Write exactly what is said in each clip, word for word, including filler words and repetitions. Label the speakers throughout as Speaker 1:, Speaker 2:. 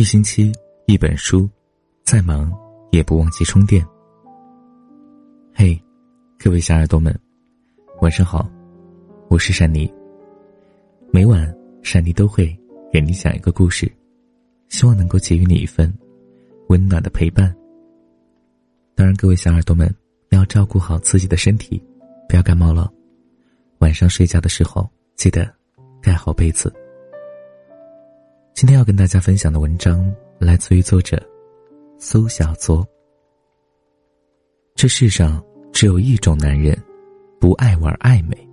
Speaker 1: 一星期一本书，再忙也不忘记充电。嘿，各位小耳朵们，晚上好，我是珊妮。每晚珊妮都会给你讲一个故事，希望能够给予你一份温暖的陪伴。当然各位小耳朵们要照顾好自己的身体，不要感冒了。晚上睡觉的时候记得盖好被子。今天要跟大家分享的文章来自于作者苏小作。这世上只有一种男人，不爱玩暧昧。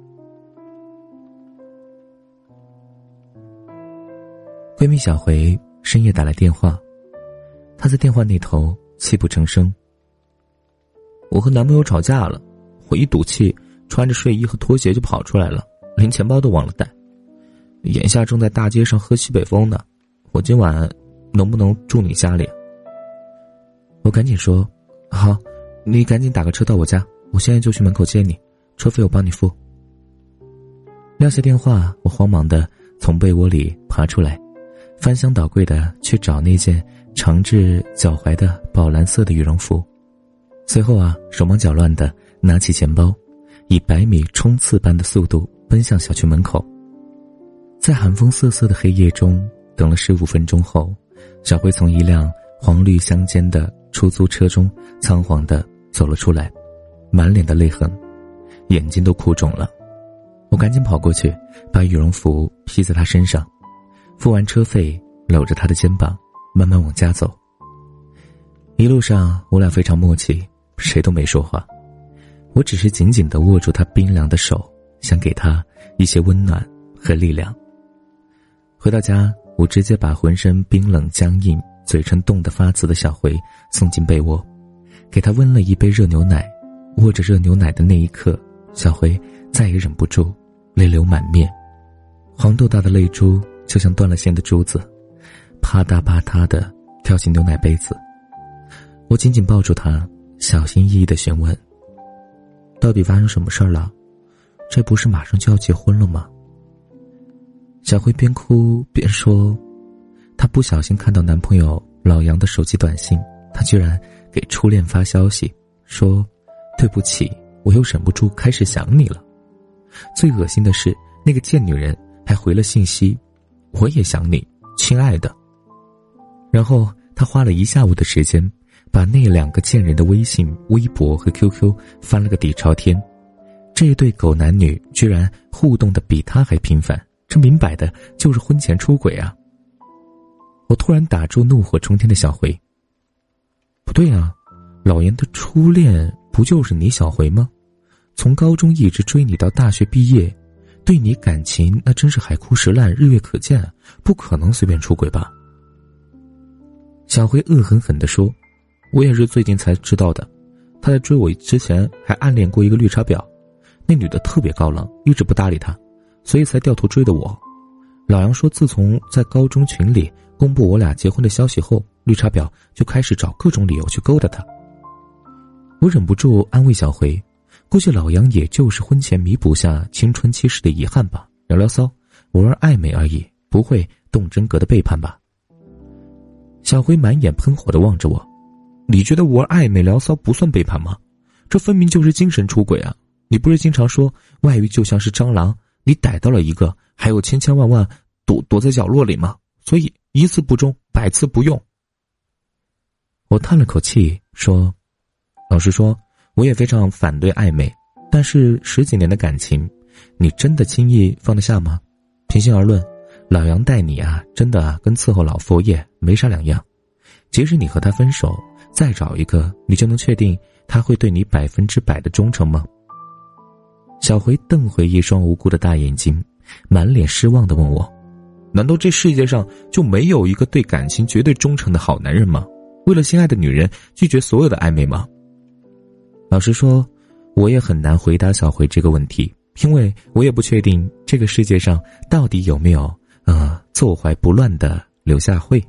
Speaker 1: 闺蜜小回深夜打来电话，她在电话那头泣不成声。我和男朋友吵架了，我一赌气穿着睡衣和拖鞋就跑出来了，连钱包都忘了带。眼下正在大街上喝西北风呢，我今晚能不能住你家里？我赶紧说好，你赶紧打个车到我家，我现在就去门口接你，车费我帮你付。撂下电话，我慌忙地从被窝里爬出来，翻箱倒柜地去找那件长至脚踝的宝蓝色的羽绒服。随后啊，手忙脚乱地拿起钱包，以百米冲刺般的速度奔向小区门口。在寒风瑟瑟的黑夜中等了十五分钟后，小辉从一辆黄绿相间的出租车中仓皇地走了出来，满脸的泪痕，眼睛都哭肿了。我赶紧跑过去，把羽绒服披在他身上，付完车费，搂着他的肩膀慢慢往家走。一路上我俩非常默契，谁都没说话，我只是紧紧地握住他冰凉的手，想给他一些温暖和力量。回到家，我直接把浑身冰冷僵硬、嘴唇冻得发紫的小回送进被窝，给他温了一杯热牛奶。握着热牛奶的那一刻，小回再也忍不住，泪流满面，黄豆大的泪珠就像断了线的珠子，啪嗒啪嗒地跳进牛奶杯子。我紧紧抱住他，小心翼翼地询问：到底发生什么事儿了？这不是马上就要结婚了吗？小辉边哭边说，她不小心看到男朋友老杨的手机短信，他居然给初恋发消息说对不起，我又忍不住开始想你了。最恶心的是，那个贱女人还回了信息，我也想你，亲爱的。然后他花了一下午的时间，把那两个贱人的微信、微博和 Q Q 翻了个底朝天。这一对狗男女居然互动的比他还频繁，这明摆的就是婚前出轨啊！我突然打住怒火冲天的小回，不对啊，老严的初恋不就是你小回吗？从高中一直追你到大学毕业，对你感情那真是海枯石烂，日月可见，不可能随便出轨吧？小回恶狠狠地说，我也是最近才知道的，他在追我之前还暗恋过一个绿茶婊，那女的特别高冷，一直不搭理他，所以才掉头追的我。老杨说，自从在高中群里公布我俩结婚的消息后，绿茶婊就开始找各种理由去勾搭他。我忍不住安慰小回，估计老杨也就是婚前弥补下青春期时的遗憾吧，聊聊骚，玩玩暧昧而已，不会动真格的背叛吧。小回满眼喷火地望着我，你觉得玩暧昧聊骚不算背叛吗？这分明就是精神出轨啊！你不是经常说外遇就像是蟑螂，你逮到了一个，还有千千万万躲躲在角落里吗？所以一次不忠，百次不用。我叹了口气说，老实说，我也非常反对暧昧，但是十几年的感情，你真的轻易放得下吗？平心而论，老杨待你啊，真的啊，跟伺候老佛爷没啥两样。即使你和他分手，再找一个，你就能确定他会对你百分之百的忠诚吗？小回瞪回一双无辜的大眼睛，满脸失望地问我，难道这世界上就没有一个对感情绝对忠诚的好男人吗？为了心爱的女人拒绝所有的暧昧吗？老实说，我也很难回答小回这个问题，因为我也不确定这个世界上到底有没有呃坐怀不乱的柳下惠。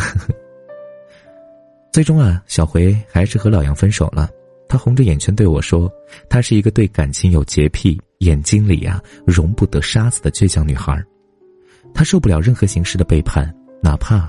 Speaker 1: 最终啊，小回还是和老杨分手了。他红着眼圈对我说，她是一个对感情有洁癖，眼睛里啊容不得沙子的倔强女孩。她受不了任何形式的背叛，哪怕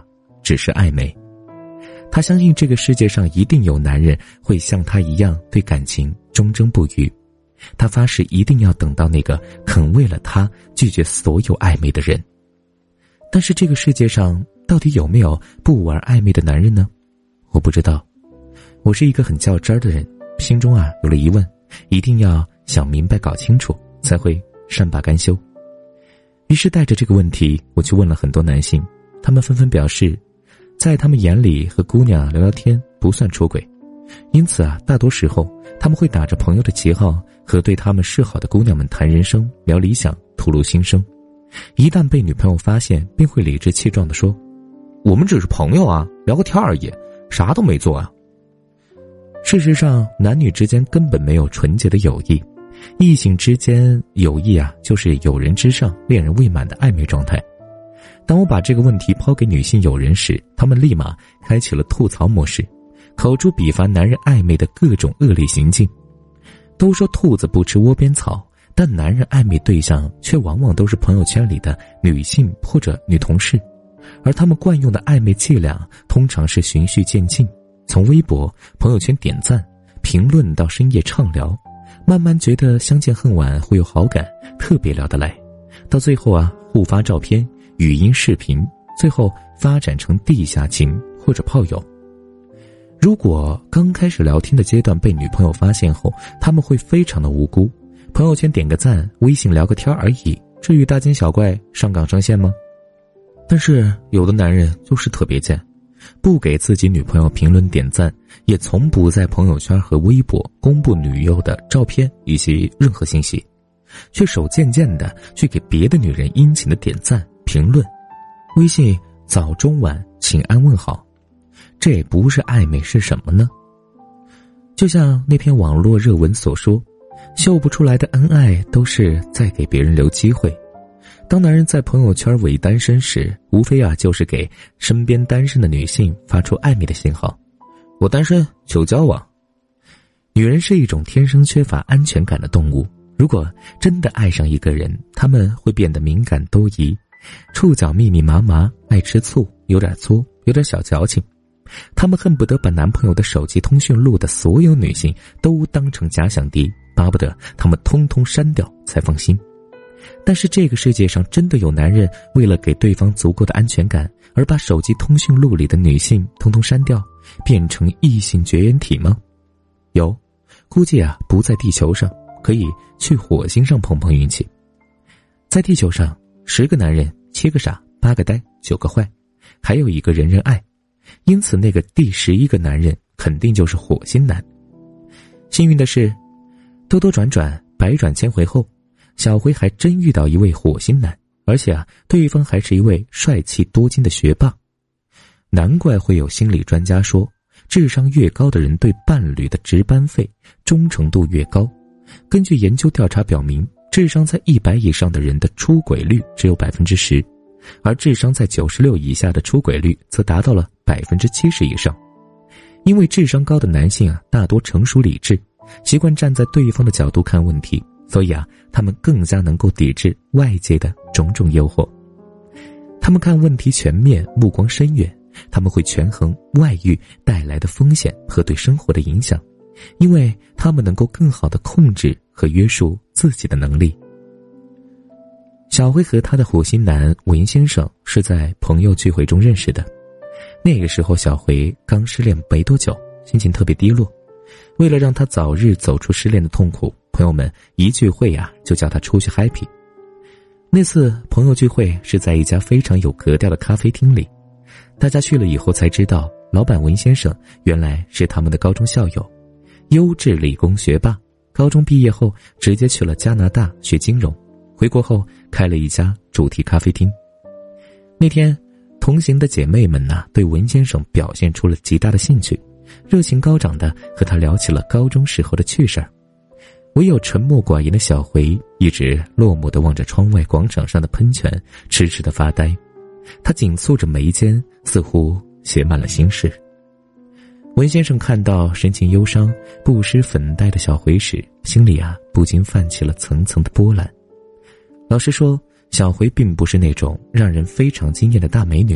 Speaker 1: 只是暧昧。他相信这个世界上一定有男人会像他一样对感情忠贞不渝，他发誓一定要等到那个肯为了他拒绝所有暧昧的人。但是这个世界上到底有没有不玩暧昧的男人呢？我不知道。我是一个很较真儿的人，心中啊有了疑问，一定要想明白搞清楚，才会善罢甘休。于是带着这个问题，我去问了很多男性，他们纷纷表示，在他们眼里和姑娘聊聊天不算出轨，因此啊，大多时候他们会打着朋友的旗号和对他们示好的姑娘们谈人生、聊理想、吐露心声。一旦被女朋友发现，便会理直气壮地说，我们只是朋友啊，聊个天而已，啥都没做啊。事实上，男女之间根本没有纯洁的友谊，异性之间友谊啊，就是友人之上恋人未满的暧昧状态。当我把这个问题抛给女性友人时，他们立马开启了吐槽模式，口诛笔伐男人暧昧的各种恶劣行径。都说兔子不吃窝边草，但男人暧昧对象却往往都是朋友圈里的女性或者女同事，而他们惯用的暧昧伎俩通常是循序渐进，从微博、朋友圈点赞、评论到深夜畅聊，慢慢觉得相见恨晚，会有好感，特别聊得来，到最后啊，互发照片、语音视频，最后发展成地下情或者炮友。如果刚开始聊天的阶段被女朋友发现后，他们会非常的无辜，朋友圈点个赞，微信聊个天而已，至于大惊小怪上纲上线吗？但是有的男人就是特别贱，不给自己女朋友评论点赞，也从不在朋友圈和微博公布女友的照片以及任何信息，却手贱贱的去给别的女人殷勤的点赞评论，微信早中晚请安问好，这不是暧昧是什么呢？就像那篇网络热文所说，秀不出来的恩爱都是在给别人留机会。当男人在朋友圈伪单身时，无非啊就是给身边单身的女性发出暧昧的信号，我单身求交往。女人是一种天生缺乏安全感的动物，如果真的爱上一个人，她们会变得敏感多疑，触角密密麻麻，爱吃醋，有点作，有点小矫情。她们恨不得把男朋友的手机通讯录的所有女性都当成假想敌，巴不得她们通通删掉才放心。但是这个世界上真的有男人为了给对方足够的安全感，而把手机通讯录里的女性通通删掉，变成异性绝缘体吗？有，估计啊不在地球上，可以去火星上碰碰运气。在地球上，十个男人，七个傻，八个呆，九个坏，还有一个人人爱，因此那个第十一个男人肯定就是火星男。幸运的是，兜兜转转，百转千回后，小辉还真遇到一位火星男，而且啊，对方还是一位帅气多金的学霸。难怪会有心理专家说，智商越高的人对伴侣的值班费忠诚度越高。根据研究调查表明，智商在一百以上的人的出轨率只有百分之十，而智商在九十六以下的出轨率则达到了百分之七十以上。因为智商高的男性啊，大多成熟理智，习惯站在对方的角度看问题，所以啊，他们更加能够抵制外界的种种诱惑。他们看问题全面，目光深远，他们会权衡外遇带来的风险和对生活的影响，因为他们能够更好地控制和约束自己的能力。小辉和他的火星男文先生是在朋友聚会中认识的。那个时候小辉刚失恋没多久，心情特别低落，为了让他早日走出失恋的痛苦，朋友们一聚会啊就叫他出去 happy。 那次朋友聚会是在一家非常有格调的咖啡厅里，大家去了以后才知道，老板文先生原来是他们的高中校友，优质理工学霸，高中毕业后直接去了加拿大学金融，回国后开了一家主题咖啡厅。那天同行的姐妹们呐、啊，对文先生表现出了极大的兴趣，热情高涨地和他聊起了高中时候的趣事儿。唯有沉默寡言的小回一直落寞地望着窗外广场上的喷泉，痴痴地发呆。他紧蹙着眉间，似乎写满了心事。文先生看到神情忧伤、不施粉黛的小回时，心里啊不禁泛起了层层的波澜。老实说，小回并不是那种让人非常惊艳的大美女，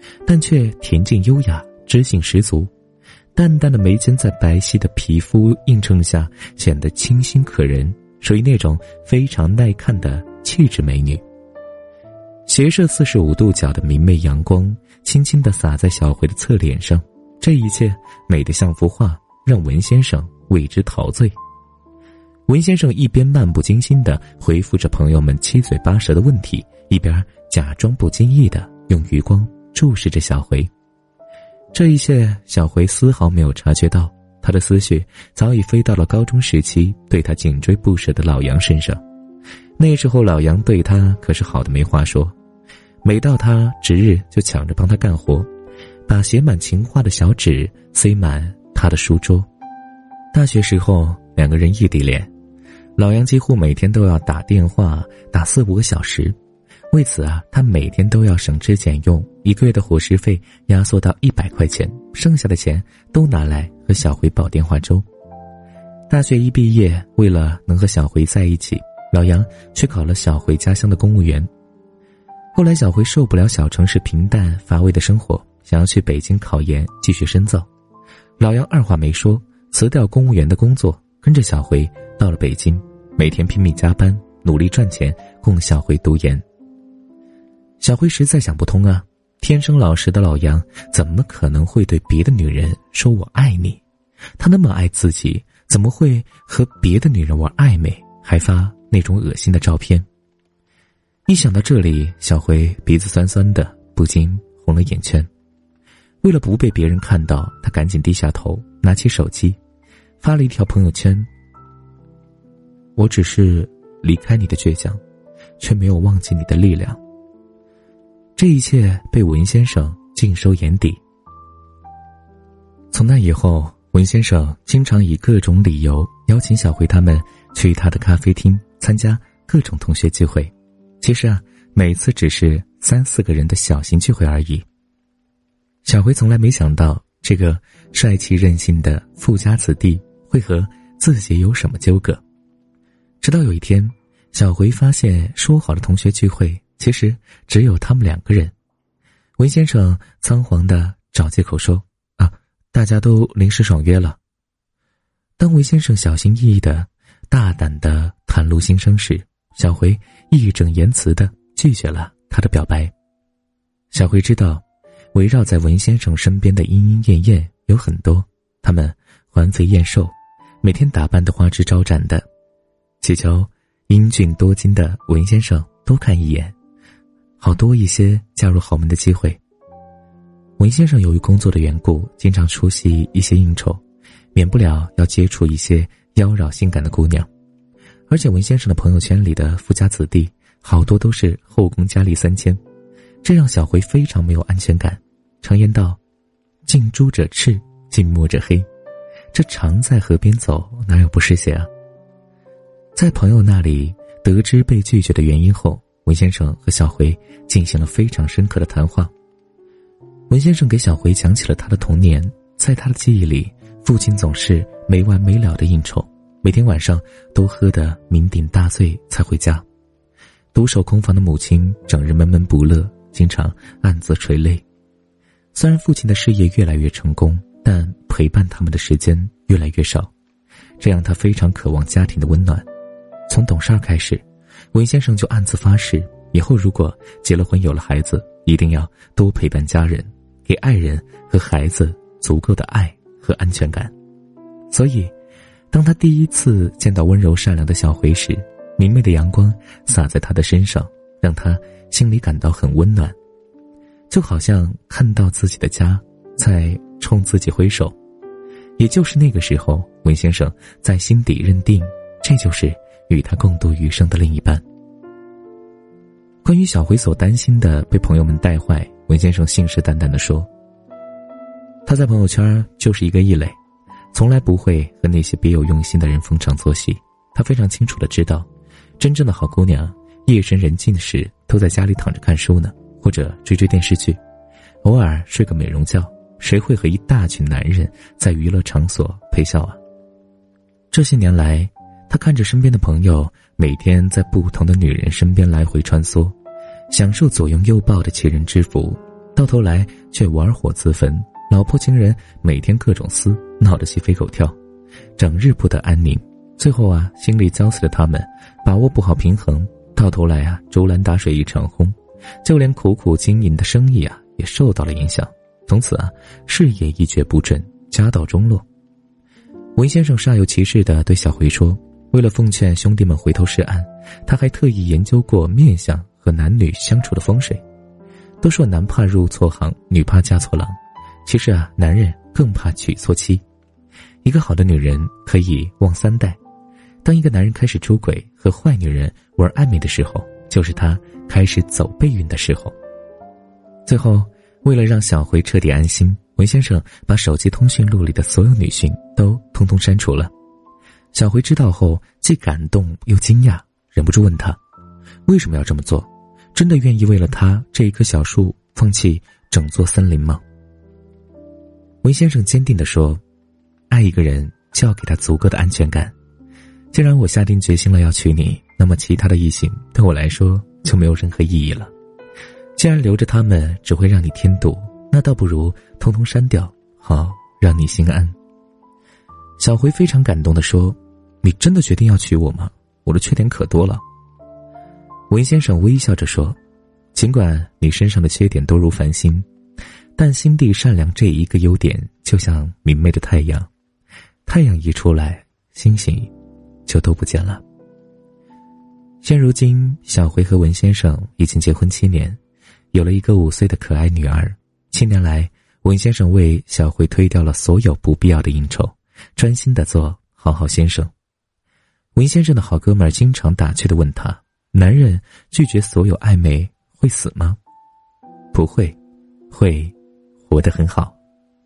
Speaker 1: 但却恬静优雅，知性十足。淡淡的眉间在白皙的皮肤映衬下显得清新可人，属于那种非常耐看的气质美女。斜射四十五度角的明媚阳光轻轻地洒在小回的侧脸上，这一切美得像幅画，让文先生为之陶醉。文先生一边漫不经心地回复着朋友们七嘴八舌的问题，一边假装不经意地用余光注视着小回。这一切小回丝毫没有察觉到，他的思绪早已飞到了高中时期对他紧追不舍的老杨身上。那时候老杨对他可是好的没话说，每到他值日就抢着帮他干活，把写满情话的小纸塞满他的书桌。大学时候两个人异地恋，老杨几乎每天都要打电话打四五个小时，为此啊，他每天都要省吃俭用，一个月的伙食费压缩到一百块钱，剩下的钱都拿来和小回煲电话粥。大学一毕业，为了能和小回在一起，老杨去考了小回家乡的公务员。后来小回受不了小城市平淡乏味的生活，想要去北京考研继续深造。老杨二话没说，辞掉公务员的工作，跟着小回到了北京，每天拼命加班，努力赚钱供小回读研。小回实在想不通啊，天生老实的老杨怎么可能会对别的女人说我爱你？他那么爱自己，怎么会和别的女人玩暧昧，还发那种恶心的照片？一想到这里，小回鼻子酸酸的，不禁红了眼圈。为了不被别人看到，他赶紧低下头，拿起手机发了一条朋友圈：我只是离开你的倔强，却没有忘记你的力量。这一切被文先生尽收眼底。从那以后，文先生经常以各种理由邀请小回他们去他的咖啡厅参加各种同学聚会。其实啊，每次只是三四个人的小型聚会而已。小回从来没想到，这个帅气任性的富家子弟会和自己有什么纠葛。直到有一天，小回发现说好的同学聚会其实只有他们两个人。文先生仓皇地找借口说：啊，大家都临时爽约了。当文先生小心翼翼地大胆地袒露心声时，小回义正言辞地拒绝了他的表白。小回知道围绕在文先生身边的莺莺燕燕有很多，他们环肥燕瘦，每天打扮得花枝招展的，祈求英俊多金的文先生多看一眼，好多一些嫁入豪门的机会。文先生由于工作的缘故，经常出席一些应酬，免不了要接触一些妖娆性感的姑娘。而且文先生的朋友圈里的富家子弟好多都是后宫佳丽三千，这让小回非常没有安全感。常言道，近朱者赤，近墨者黑，这常在河边走，哪有不湿鞋啊？在朋友那里得知被拒绝的原因后，文先生和小回进行了非常深刻的谈话。文先生给小回讲起了他的童年，在他的记忆里，父亲总是没完没了的应酬，每天晚上都喝得酩酊大醉才回家。独守空房的母亲整日闷闷不乐，经常暗自垂泪。虽然父亲的事业越来越成功，但陪伴他们的时间越来越少，这让他非常渴望家庭的温暖。从懂事儿开始，文先生就暗自发誓，以后如果结了婚有了孩子，一定要多陪伴家人，给爱人和孩子足够的爱和安全感。所以当他第一次见到温柔善良的小回时，明媚的阳光洒在他的身上，让他心里感到很温暖，就好像看到自己的家在冲自己挥手。也就是那个时候，文先生在心底认定，这就是与他共度余生的另一半。关于小回所担心的被朋友们带坏，文先生信誓旦旦地说，他在朋友圈就是一个异类，从来不会和那些别有用心的人逢场作戏。他非常清楚地知道，真正的好姑娘夜深人静时都在家里躺着看书呢，或者追追电视剧，偶尔睡个美容觉，谁会和一大群男人在娱乐场所陪笑啊？这些年来，他看着身边的朋友每天在不同的女人身边来回穿梭，享受左拥右抱的奇人之福， 到头来却玩火自焚，老婆情人每天各种撕，闹得鸡飞狗跳，整日不得安宁。最后啊，心力交瘁的他们把握不好平衡，到头来啊，竹篮打水一场空，就连苦苦经营的生意啊也受到了影响。从此啊，事业一蹶不振，家道中落。文先生煞有其事地对小回说，为了奉劝兄弟们回头是岸，他还特意研究过面相和男女相处的风水。都说男怕入错行，女怕嫁错郎，其实啊，男人更怕娶错妻。一个好的女人可以旺三代，当一个男人开始出轨和坏女人玩暧昧的时候，就是他开始走背运的时候。最后，为了让小回彻底安心，文先生把手机通讯录里的所有女性都通通删除了。小回知道后，既感动又惊讶，忍不住问他，为什么要这么做？真的愿意为了他这一棵小树放弃整座森林吗？文先生坚定地说，爱一个人就要给他足够的安全感。既然我下定决心了要娶你，那么其他的异性对我来说就没有任何意义了。既然留着他们只会让你添堵，那倒不如通通删掉，好让你心安。小回非常感动地说，你真的决定要娶我吗？我的缺点可多了。文先生微笑着说，尽管你身上的缺点多如繁星，但心地善良这一个优点就像明媚的太阳，太阳一出来，星星就都不见了。现如今，小回和文先生已经结婚七年，有了一个五岁的可爱女儿。七年来，文先生为小回推掉了所有不必要的应酬，专心地做好好先生。文先生的好哥们儿经常打趣地问他，男人拒绝所有暧昧会死吗？不会，会活得很好。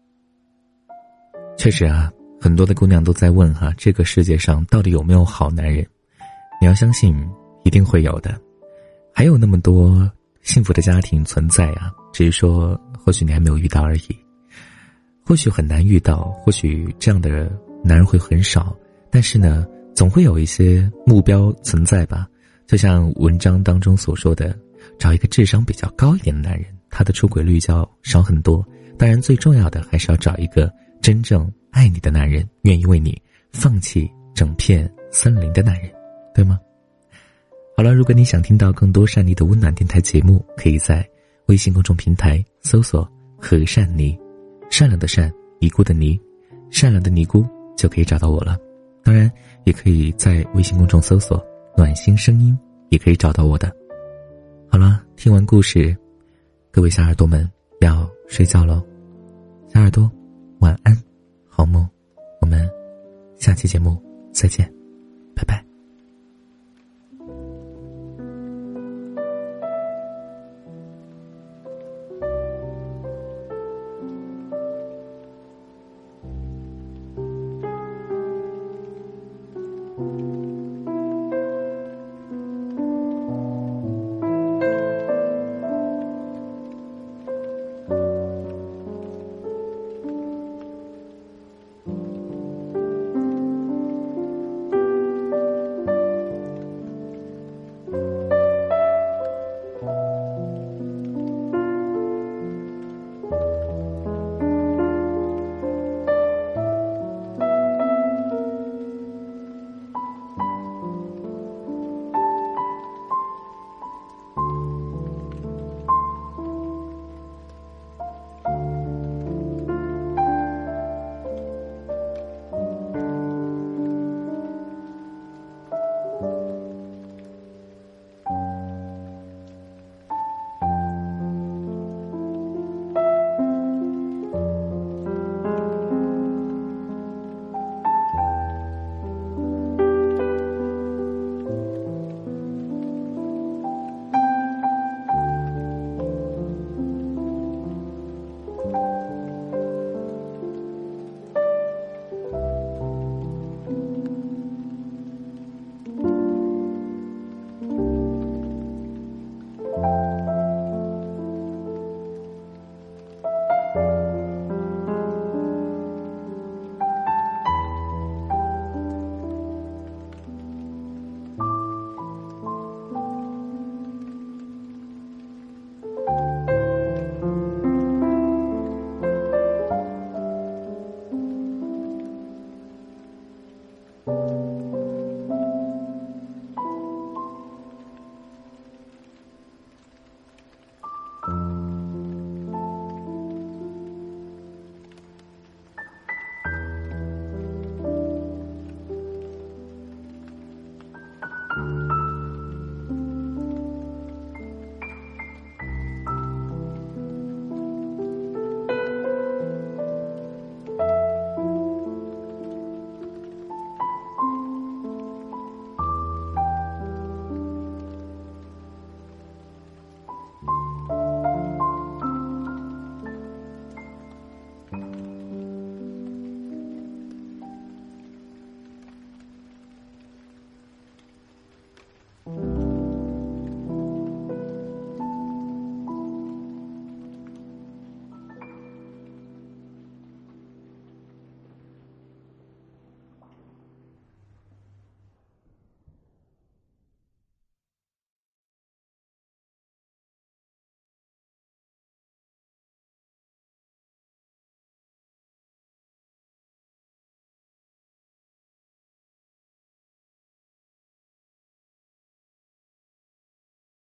Speaker 1: 确实啊，很多的姑娘都在问哈、啊，这个世界上到底有没有好男人？你要相信，一定会有的。还有那么多幸福的家庭存在啊，只是说或许你还没有遇到而已。或许很难遇到，或许这样的男人会很少，但是呢，总会有一些目标存在吧。就像文章当中所说的，找一个智商比较高一点的男人，他的出轨率就要少很多。当然最重要的还是要找一个真正爱你的男人，愿意为你放弃整片森林的男人，对吗？好了，如果你想听到更多善妮的温暖电台节目，可以在微信公众平台搜索和善妮，善良的善，尼姑的尼，善良的尼姑就可以找到我了。当然也可以在微信公众搜索暖心声音，也可以找到我的。好了，听完故事，各位小耳朵们要睡觉喽。小耳朵晚安，好梦，我们下期节目再见。